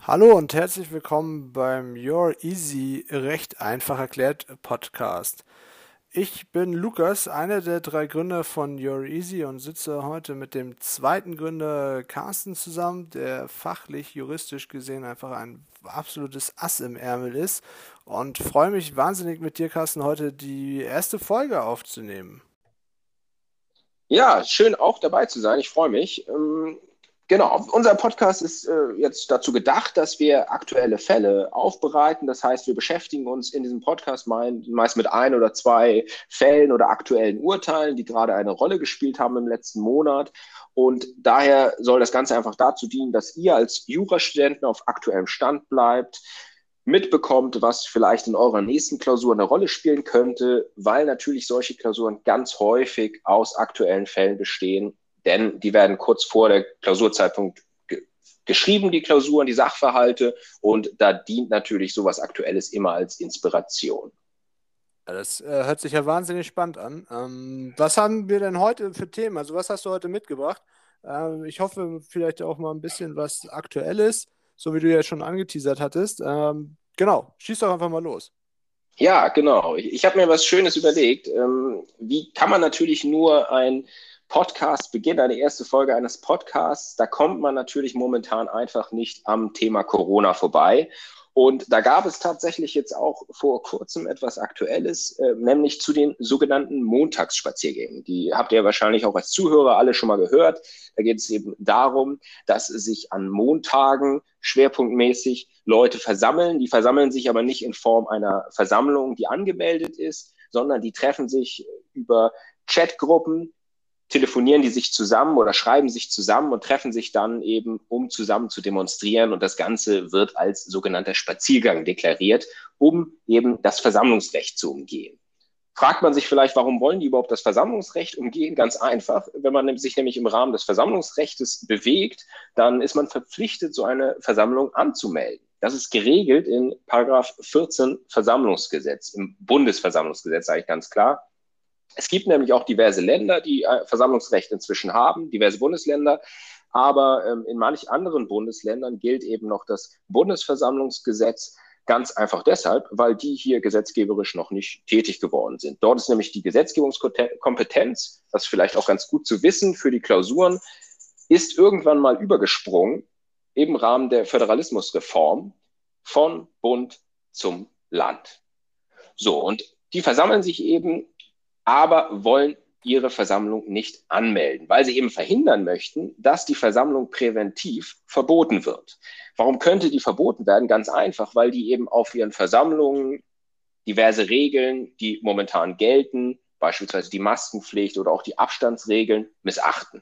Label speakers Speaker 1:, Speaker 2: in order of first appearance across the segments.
Speaker 1: Hallo und herzlich willkommen beim Your Easy Recht einfach erklärt Podcast. Ich bin Lukas, einer der drei Gründer von Your Easy und sitze heute mit dem zweiten Gründer Carsten zusammen, der fachlich, juristisch gesehen einfach ein absolutes Ass im Ärmel ist und freue mich wahnsinnig mit dir, Carsten, heute die erste Folge aufzunehmen.
Speaker 2: Ja, schön auch dabei zu sein. Ich freue mich. Genau, unser Podcast ist jetzt dazu gedacht, dass wir aktuelle Fälle aufbereiten. Das heißt, wir beschäftigen uns in diesem Podcast meist mit ein oder zwei Fällen oder aktuellen Urteilen, die gerade eine Rolle gespielt haben im letzten Monat. Und daher soll das Ganze einfach dazu dienen, dass ihr als Jurastudenten auf aktuellem Stand bleibt, mitbekommt, was vielleicht in eurer nächsten Klausur eine Rolle spielen könnte, weil natürlich solche Klausuren ganz häufig aus aktuellen Fällen bestehen, denn die werden kurz vor der Klausurzeitpunkt geschrieben, die Klausuren, die Sachverhalte, und da dient natürlich sowas Aktuelles immer als Inspiration.
Speaker 1: Ja, das hört sich ja wahnsinnig spannend an. Was haben wir denn heute für Themen? Also was hast du heute mitgebracht? Ich hoffe vielleicht auch mal ein bisschen was Aktuelles, so wie du ja schon angeteasert hattest. Genau, schieß doch einfach mal los.
Speaker 2: Ja, genau. Ich habe mir was Schönes überlegt. Wie kann man natürlich nur ein Podcast beginnen, eine erste Folge eines Podcasts? Da kommt man natürlich momentan einfach nicht am Thema Corona vorbei. Und da gab es tatsächlich jetzt auch vor kurzem etwas Aktuelles, nämlich zu den sogenannten Montagsspaziergängen. Die habt ihr wahrscheinlich auch als Zuhörer alle schon mal gehört. Da geht es eben darum, dass sich an Montagen schwerpunktmäßig Leute versammeln. Die versammeln sich aber nicht in Form einer Versammlung, die angemeldet ist, sondern die treffen sich über Chatgruppen, telefonieren die sich zusammen oder schreiben sich zusammen und treffen sich dann eben, um zusammen zu demonstrieren. Und das Ganze wird als sogenannter Spaziergang deklariert, um eben das Versammlungsrecht zu umgehen. Fragt man sich vielleicht, warum wollen die überhaupt das Versammlungsrecht umgehen? Ganz einfach. Wenn man sich nämlich im Rahmen des Versammlungsrechts bewegt, dann ist man verpflichtet, so eine Versammlung anzumelden. Das ist geregelt in Paragraph 14 Versammlungsgesetz, im Bundesversammlungsgesetz, sage ich ganz klar. Es gibt nämlich auch diverse Länder, die Versammlungsrecht inzwischen haben, diverse Bundesländer. Aber in manch anderen Bundesländern gilt eben noch das Bundesversammlungsgesetz, ganz einfach deshalb, weil die hier gesetzgeberisch noch nicht tätig geworden sind. Dort ist nämlich die Gesetzgebungskompetenz, das ist vielleicht auch ganz gut zu wissen für die Klausuren, ist irgendwann mal übergesprungen im Rahmen der Föderalismusreform von Bund zum Land. So, und die versammeln sich eben, aber wollen ihre Versammlung nicht anmelden, weil sie eben verhindern möchten, dass die Versammlung präventiv verboten wird. Warum könnte die verboten werden? Ganz einfach, weil die eben auf ihren Versammlungen diverse Regeln, die momentan gelten, beispielsweise die Maskenpflicht oder auch die Abstandsregeln, missachten.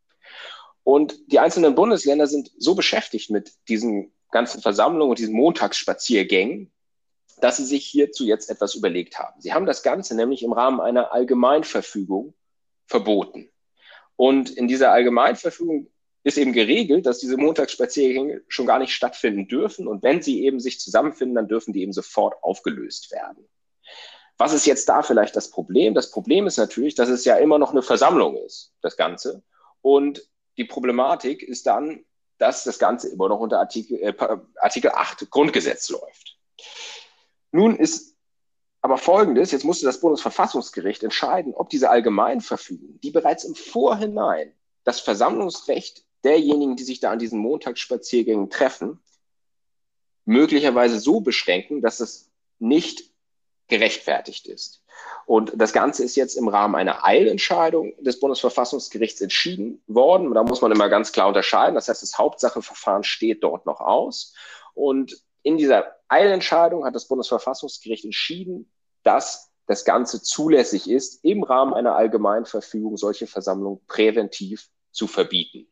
Speaker 2: Und die einzelnen Bundesländer sind so beschäftigt mit diesen ganzen Versammlungen und diesen Montagsspaziergängen, dass sie sich hierzu jetzt etwas überlegt haben. Sie haben das Ganze nämlich im Rahmen einer Allgemeinverfügung verboten. Und in dieser Allgemeinverfügung ist eben geregelt, dass diese Montagsspaziergänge schon gar nicht stattfinden dürfen. Und wenn sie eben sich zusammenfinden, dann dürfen die eben sofort aufgelöst werden. Was ist jetzt da vielleicht das Problem? Das Problem ist natürlich, dass es ja immer noch eine Versammlung ist, das Ganze. Und die Problematik ist dann, dass das Ganze immer noch unter Artikel 8 Grundgesetz läuft. Nun ist aber Folgendes: Jetzt musste das Bundesverfassungsgericht entscheiden, ob diese Allgemeinverfügung, die bereits im Vorhinein das Versammlungsrecht derjenigen, die sich da an diesen Montagsspaziergängen treffen, möglicherweise so beschränken, dass es nicht gerechtfertigt ist. Und das Ganze ist jetzt im Rahmen einer Eilentscheidung des Bundesverfassungsgerichts entschieden worden. Da muss man immer ganz klar unterscheiden. Das heißt, das Hauptsacheverfahren steht dort noch aus. Und in dieser Eilentscheidung hat das Bundesverfassungsgericht entschieden, dass das Ganze zulässig ist, im Rahmen einer Allgemeinverfügung solche Versammlungen präventiv zu verbieten.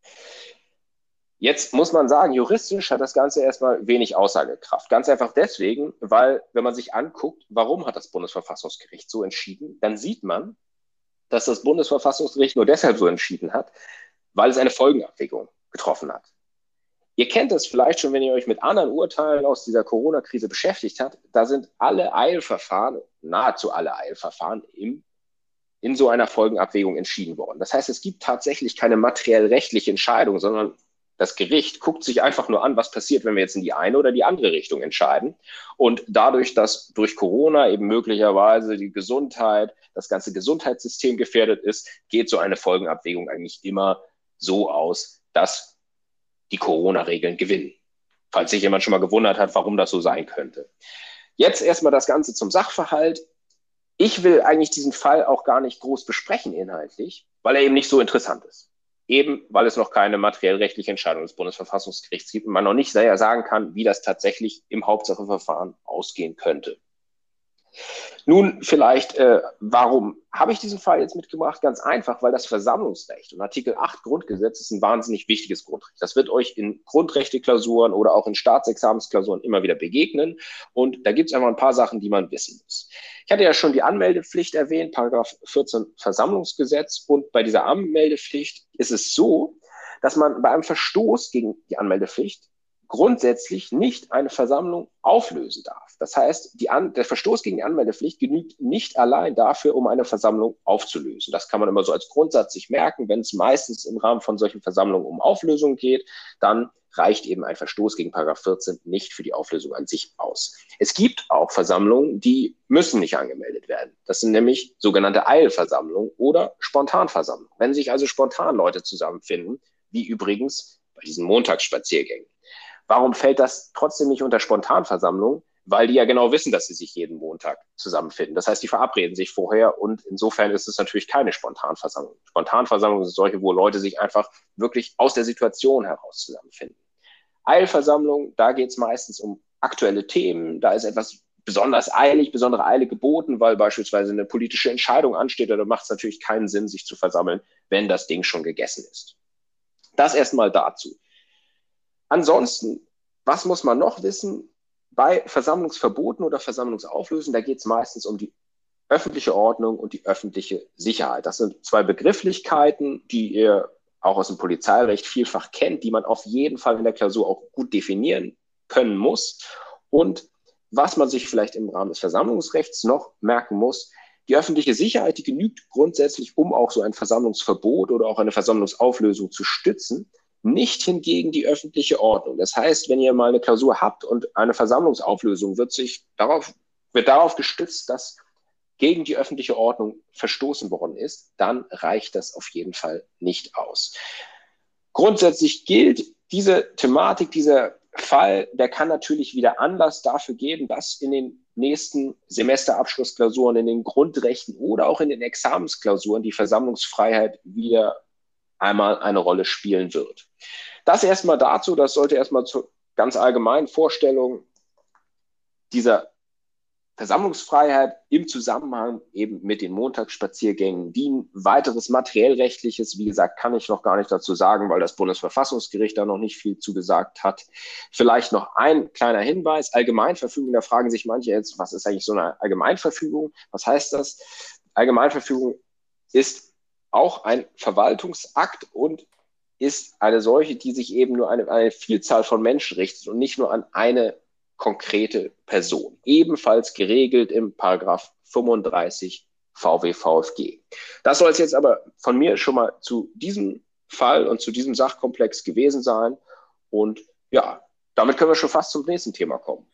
Speaker 2: Jetzt muss man sagen, juristisch hat das Ganze erstmal wenig Aussagekraft. Ganz einfach deswegen, weil, wenn man sich anguckt, warum hat das Bundesverfassungsgericht so entschieden, dann sieht man, dass das Bundesverfassungsgericht nur deshalb so entschieden hat, weil es eine Folgenabwägung getroffen hat. Ihr kennt das vielleicht schon, wenn ihr euch mit anderen Urteilen aus dieser Corona-Krise beschäftigt habt. Da sind alle Eilverfahren, nahezu alle Eilverfahren in so einer Folgenabwägung entschieden worden. Das heißt, es gibt tatsächlich keine materiell-rechtliche Entscheidung, sondern Das Gericht guckt sich einfach nur an, was passiert, wenn wir jetzt in die eine oder die andere Richtung entscheiden. Und dadurch, dass durch Corona eben möglicherweise die Gesundheit, das ganze Gesundheitssystem gefährdet ist, geht so eine Folgenabwägung eigentlich immer so aus, dass die Corona-Regeln gewinnen. Falls sich jemand schon mal gewundert hat, warum das so sein könnte. Jetzt erstmal das Ganze zum Sachverhalt. Ich will eigentlich diesen Fall auch gar nicht groß besprechen inhaltlich, weil er eben nicht so interessant ist. Eben, weil es noch keine materiell-rechtliche Entscheidung des Bundesverfassungsgerichts gibt und man noch nicht sehr sagen kann, wie das tatsächlich im Hauptsacheverfahren ausgehen könnte. Nun vielleicht, warum habe ich diesen Fall jetzt mitgebracht? Ganz einfach, weil das Versammlungsrecht und Artikel 8 Grundgesetz ist ein wahnsinnig wichtiges Grundrecht. Das wird euch in Grundrechteklausuren oder auch in Staatsexamensklausuren immer wieder begegnen. Und da gibt es einfach ein paar Sachen, die man wissen muss. Ich hatte ja schon die Anmeldepflicht erwähnt, Paragraph 14 Versammlungsgesetz. Und bei dieser Anmeldepflicht ist es so, dass man bei einem Verstoß gegen die Anmeldepflicht grundsätzlich nicht eine Versammlung auflösen darf. Das heißt, der Verstoß gegen die Anmeldepflicht genügt nicht allein dafür, um eine Versammlung aufzulösen. Das kann man immer so als Grundsatz sich merken. Wenn es meistens im Rahmen von solchen Versammlungen um Auflösung geht, dann reicht eben ein Verstoß gegen Paragraph 14 nicht für die Auflösung an sich aus. Es gibt auch Versammlungen, die müssen nicht angemeldet werden. Das sind nämlich sogenannte Eilversammlungen oder Spontanversammlungen. Wenn sich also spontan Leute zusammenfinden, wie übrigens bei diesen Montagsspaziergängen. Warum fällt das trotzdem nicht unter Spontanversammlung? Weil die ja genau wissen, dass sie sich jeden Montag zusammenfinden. Das heißt, die verabreden sich vorher und insofern ist es natürlich keine Spontanversammlung. Spontanversammlungen sind solche, wo Leute sich einfach wirklich aus der Situation heraus zusammenfinden. Eilversammlung, da geht es meistens um aktuelle Themen, da ist etwas besonders eilig, besondere Eile geboten, weil beispielsweise eine politische Entscheidung ansteht, oder macht es natürlich keinen Sinn, sich zu versammeln, wenn das Ding schon gegessen ist. Das erstmal dazu. Ansonsten, was muss man noch wissen? Bei Versammlungsverboten oder Versammlungsauflösen, da geht es meistens um die öffentliche Ordnung und die öffentliche Sicherheit. Das sind zwei Begrifflichkeiten, die ihr auch aus dem Polizeirecht vielfach kennt, die man auf jeden Fall in der Klausur auch gut definieren können muss. Und was man sich vielleicht im Rahmen des Versammlungsrechts noch merken muss, die öffentliche Sicherheit, die genügt grundsätzlich, um auch so ein Versammlungsverbot oder auch eine Versammlungsauflösung zu stützen, nicht hingegen die öffentliche Ordnung. Das heißt, wenn ihr mal eine Klausur habt und eine Versammlungsauflösung wird darauf gestützt, dass gegen die öffentliche Ordnung verstoßen worden ist, dann reicht das auf jeden Fall nicht aus. Grundsätzlich gilt diese Thematik, dieser Fall, der kann natürlich wieder Anlass dafür geben, dass in den nächsten Semesterabschlussklausuren, in den Grundrechten oder auch in den Examensklausuren die Versammlungsfreiheit wieder einmal eine Rolle spielen wird. Das erstmal dazu, das sollte erstmal zur ganz allgemeinen Vorstellung dieser Versammlungsfreiheit im Zusammenhang eben mit den Montagsspaziergängen dienen. Weiteres materiellrechtliches, wie gesagt, kann ich noch gar nicht dazu sagen, weil das Bundesverfassungsgericht da noch nicht viel zugesagt hat. Vielleicht noch ein kleiner Hinweis. Allgemeinverfügung, da fragen sich manche jetzt, was ist eigentlich so eine Allgemeinverfügung? Was heißt das? Allgemeinverfügung ist auch ein Verwaltungsakt und ist eine solche, die sich eben nur an eine Vielzahl von Menschen richtet und nicht nur an eine konkrete Person. Ebenfalls geregelt im Paragraph 35 VWVFG. Das soll es jetzt aber von mir schon mal zu diesem Fall und zu diesem Sachkomplex gewesen sein. Und ja, damit können wir schon fast zum nächsten Thema kommen.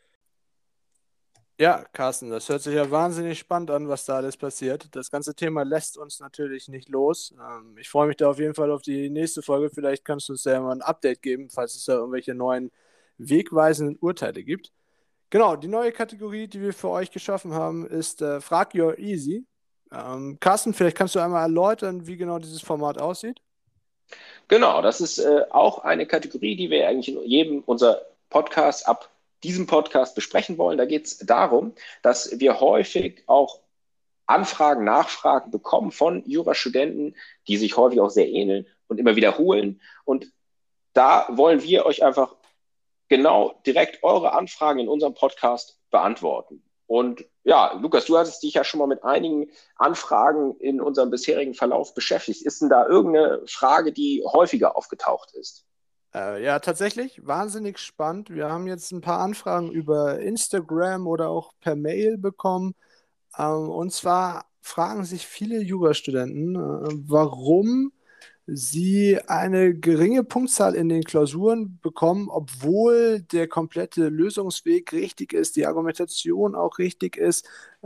Speaker 1: Ja, Carsten, das hört sich ja wahnsinnig spannend an, was da alles passiert. Das ganze Thema lässt uns natürlich nicht los. Ich freue mich da auf jeden Fall auf die nächste Folge. Vielleicht kannst du uns ja mal ein Update geben, falls es da irgendwelche neuen wegweisenden Urteile gibt. Genau, die neue Kategorie, die wir für euch geschaffen haben, ist Frag Your Easy. Carsten, vielleicht kannst du einmal erläutern, wie genau dieses Format aussieht?
Speaker 2: Genau, das ist auch eine Kategorie, die wir eigentlich in jedem unserer Podcasts ab diesem Podcast besprechen wollen. Da geht es darum, dass wir häufig auch Anfragen, Nachfragen bekommen von Jurastudenten, die sich häufig auch sehr ähneln und immer wiederholen. Und da wollen wir euch einfach genau direkt eure Anfragen in unserem Podcast beantworten. Und ja, Lukas, du hattest dich ja schon mal mit einigen Anfragen in unserem bisherigen Verlauf beschäftigt. Ist denn da irgendeine Frage, die häufiger aufgetaucht ist?
Speaker 1: Ja, tatsächlich, wahnsinnig spannend. Wir haben jetzt ein paar Anfragen über Instagram oder auch per Mail bekommen. Und zwar fragen sich viele Jurastudenten, warum sie eine geringe Punktzahl in den Klausuren bekommen, obwohl der komplette Lösungsweg richtig ist, die Argumentation auch richtig ist,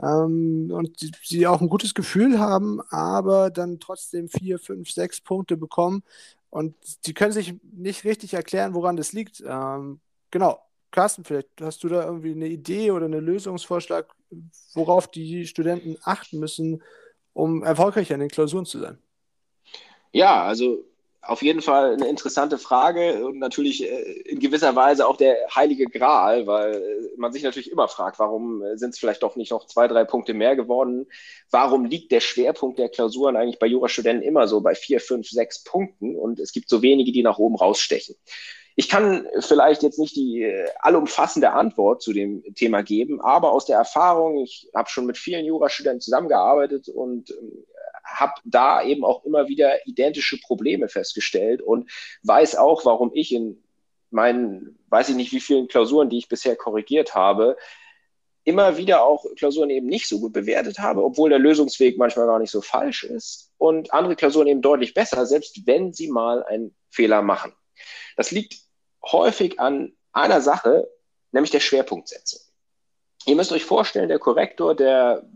Speaker 1: und sie auch ein gutes Gefühl haben, aber dann trotzdem 4, 5, 6 Punkte bekommen und sie können sich nicht richtig erklären, woran das liegt. Genau. Carsten, vielleicht hast du da irgendwie eine Idee oder einen Lösungsvorschlag, worauf die Studenten achten müssen, um erfolgreich an den Klausuren zu sein?
Speaker 2: Ja, also auf jeden Fall eine interessante Frage und natürlich in gewisser Weise auch der heilige Gral, weil man sich natürlich immer fragt, warum sind es vielleicht doch nicht noch 2, 3 Punkte mehr geworden? Warum liegt der Schwerpunkt der Klausuren eigentlich bei Jurastudenten immer so bei 4, 5, 6 Punkten und es gibt so wenige, die nach oben rausstechen? Ich kann vielleicht jetzt nicht die allumfassende Antwort zu dem Thema geben, aber aus der Erfahrung, ich habe schon mit vielen Jurastudenten zusammengearbeitet und habe da eben auch immer wieder identische Probleme festgestellt und weiß auch, warum ich in meinen, weiß ich nicht wie vielen Klausuren, die ich bisher korrigiert habe, immer wieder auch Klausuren eben nicht so gut bewertet habe, obwohl der Lösungsweg manchmal gar nicht so falsch ist und andere Klausuren eben deutlich besser, selbst wenn sie mal einen Fehler machen. Das liegt häufig an einer Sache, nämlich der Schwerpunktsetzung. Ihr müsst euch vorstellen, der Korrektor, der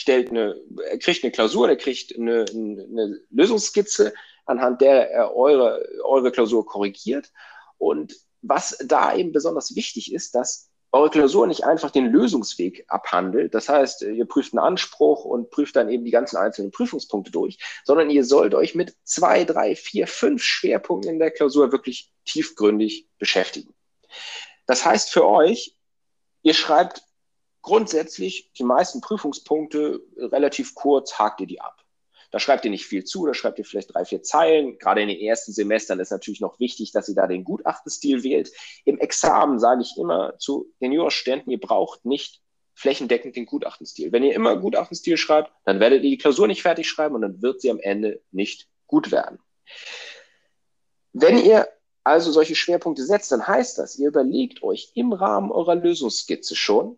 Speaker 2: kriegt eine Klausur, der kriegt eine Lösungsskizze, anhand der er eure Klausur korrigiert. Und was da eben besonders wichtig ist, dass eure Klausur nicht einfach den Lösungsweg abhandelt. Das heißt, ihr prüft einen Anspruch und prüft dann eben die ganzen einzelnen Prüfungspunkte durch, sondern ihr sollt euch mit 2, 3, 4, 5 Schwerpunkten in der Klausur wirklich tiefgründig beschäftigen. Das heißt für euch, ihr schreibt grundsätzlich die meisten Prüfungspunkte relativ kurz, hakt ihr die ab. Da schreibt ihr nicht viel zu, da schreibt ihr vielleicht 3, 4 Zeilen. Gerade in den ersten Semestern ist natürlich noch wichtig, dass ihr da den Gutachtenstil wählt. Im Examen sage ich immer zu den Jurastudenten, ihr braucht nicht flächendeckend den Gutachtenstil. Wenn ihr immer Gutachtenstil schreibt, dann werdet ihr die Klausur nicht fertig schreiben und dann wird sie am Ende nicht gut werden. Wenn ihr also solche Schwerpunkte setzt, dann heißt das, ihr überlegt euch im Rahmen eurer Lösungsskizze schon,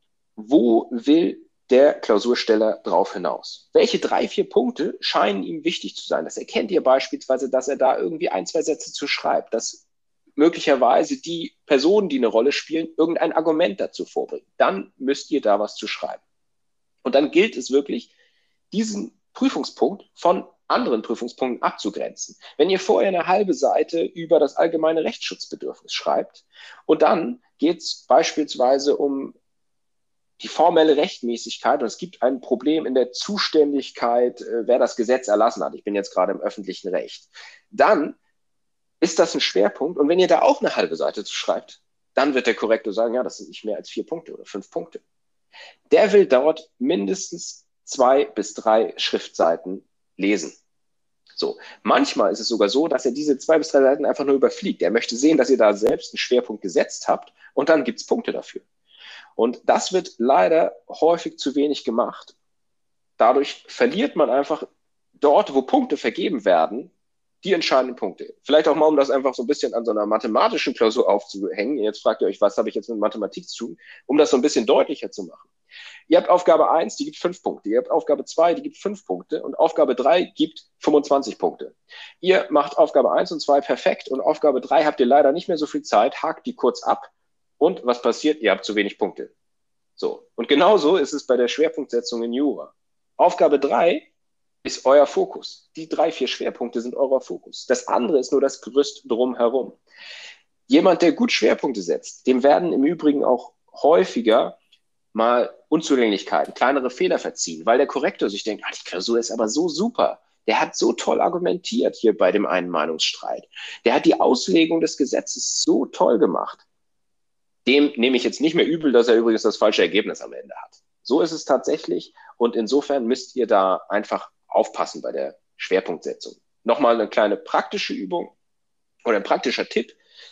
Speaker 2: wo will der Klausursteller drauf hinaus? Welche 3, 4 Punkte scheinen ihm wichtig zu sein? Das erkennt ihr beispielsweise, dass er da irgendwie 1, 2 Sätze zu schreibt, dass möglicherweise die Personen, die eine Rolle spielen, irgendein Argument dazu vorbringen. Dann müsst ihr da was zu schreiben. Und dann gilt es wirklich, diesen Prüfungspunkt von anderen Prüfungspunkten abzugrenzen. Wenn ihr vorher eine halbe Seite über das allgemeine Rechtsschutzbedürfnis schreibt und dann geht es beispielsweise um die formelle Rechtmäßigkeit und es gibt ein Problem in der Zuständigkeit, wer das Gesetz erlassen hat. Ich bin jetzt gerade im öffentlichen Recht. Dann ist das ein Schwerpunkt und wenn ihr da auch eine halbe Seite zu schreibt, dann wird der Korrektor sagen, ja, das sind nicht mehr als 4 Punkte oder 5 Punkte. Der will dort mindestens 2 bis 3 Schriftseiten lesen. So, manchmal ist es sogar so, dass er diese 2 bis 3 Seiten einfach nur überfliegt. Er möchte sehen, dass ihr da selbst einen Schwerpunkt gesetzt habt und dann gibt es Punkte dafür. Und das wird leider häufig zu wenig gemacht. Dadurch verliert man einfach dort, wo Punkte vergeben werden, die entscheidenden Punkte. Vielleicht auch mal, um das einfach so ein bisschen an so einer mathematischen Klausur aufzuhängen. Jetzt fragt ihr euch, was habe ich jetzt mit Mathematik zu tun, um das so ein bisschen deutlicher zu machen. Ihr habt Aufgabe 1, die gibt 5 Punkte. Ihr habt Aufgabe 2, die gibt 5 Punkte. Und Aufgabe 3 gibt 25 Punkte. Ihr macht Aufgabe 1 und 2 perfekt und Aufgabe 3 habt ihr leider nicht mehr so viel Zeit, hakt die kurz ab. Und was passiert? Ihr habt zu wenig Punkte. So. Und genauso ist es bei der Schwerpunktsetzung in Jura. Aufgabe 3 ist euer Fokus. Die 3, 4 Schwerpunkte sind euer Fokus. Das andere ist nur das Gerüst drumherum. Jemand, der gut Schwerpunkte setzt, dem werden im Übrigen auch häufiger mal Unzulänglichkeiten, kleinere Fehler verziehen, weil der Korrektor sich denkt, die Klausur ist aber so super. Der hat so toll argumentiert hier bei dem einen Meinungsstreit. Der hat die Auslegung des Gesetzes so toll gemacht. Dem nehme ich jetzt nicht mehr übel, dass er übrigens das falsche Ergebnis am Ende hat. So ist es tatsächlich und insofern müsst ihr da einfach aufpassen bei der Schwerpunktsetzung. Nochmal eine kleine praktische Übung oder ein praktischer Tipp.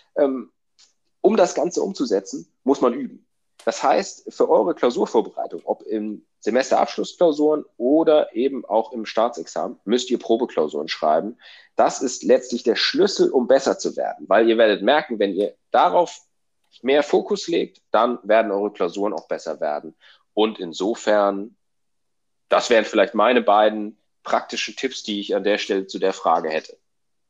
Speaker 2: Um das Ganze umzusetzen, muss man üben. Das heißt, für eure Klausurvorbereitung, ob in Semesterabschlussklausuren oder eben auch im Staatsexamen, müsst ihr Probeklausuren schreiben. Das ist letztlich der Schlüssel, um besser zu werden, weil ihr werdet merken, wenn ihr darauf mehr Fokus legt, dann werden eure Klausuren auch besser werden. Und insofern, das wären vielleicht meine beiden praktischen Tipps, die ich an der Stelle zu der Frage hätte.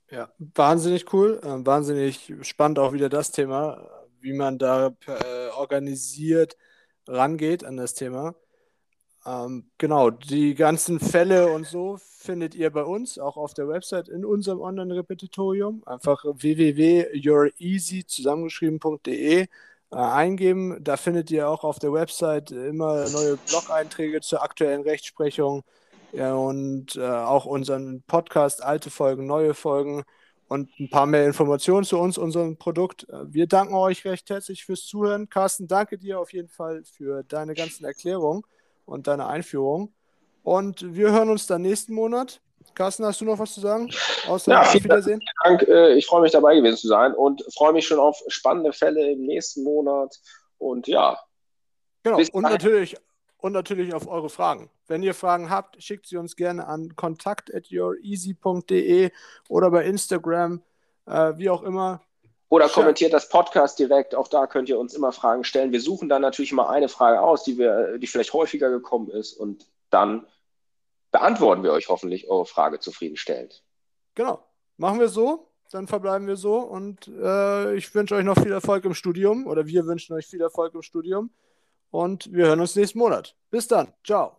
Speaker 1: Ja, wahnsinnig cool, wahnsinnig spannend auch wieder das Thema, wie man da organisiert rangeht an das Thema. Genau, die ganzen Fälle und so findet ihr bei uns, auch auf der Website in unserem Online-Repetitorium. Einfach www.youreasy zusammengeschrieben.de eingeben. Da findet ihr auch auf der Website immer neue Blog-Einträge zur aktuellen Rechtsprechung, ja, und auch unseren Podcast, alte Folgen, neue Folgen und ein paar mehr Informationen zu uns, unserem Produkt. Wir danken euch recht herzlich fürs Zuhören. Carsten, danke dir auf jeden Fall für deine ganzen Erklärungen und deine Einführung. Und wir hören uns dann nächsten Monat. Carsten, hast du noch was zu sagen?
Speaker 2: Ja,
Speaker 1: Außer auf
Speaker 2: vielen
Speaker 1: Wiedersehen?
Speaker 2: Dank. Ich freue mich dabei gewesen zu sein und freue mich schon auf spannende Fälle im nächsten Monat. Und ja,
Speaker 1: Genau.
Speaker 2: bis dahin.
Speaker 1: Und natürlich auf eure Fragen. Wenn ihr Fragen habt, schickt sie uns gerne an kontakt@youreasy.de oder bei Instagram, wie auch immer.
Speaker 2: Oder
Speaker 1: Scha
Speaker 2: kommentiert das Podcast direkt. Auch da könnt ihr uns immer Fragen stellen. Wir suchen dann natürlich mal eine Frage aus, die vielleicht häufiger gekommen ist. Und dann beantworten wir euch hoffentlich eure Frage zufriedenstellend.
Speaker 1: genau. Machen wir so. Dann verbleiben wir so. Und ich wünsche euch noch viel Erfolg im Studium. Oder wir wünschen euch viel Erfolg im Studium. Und wir hören uns nächsten Monat. Bis dann. Ciao.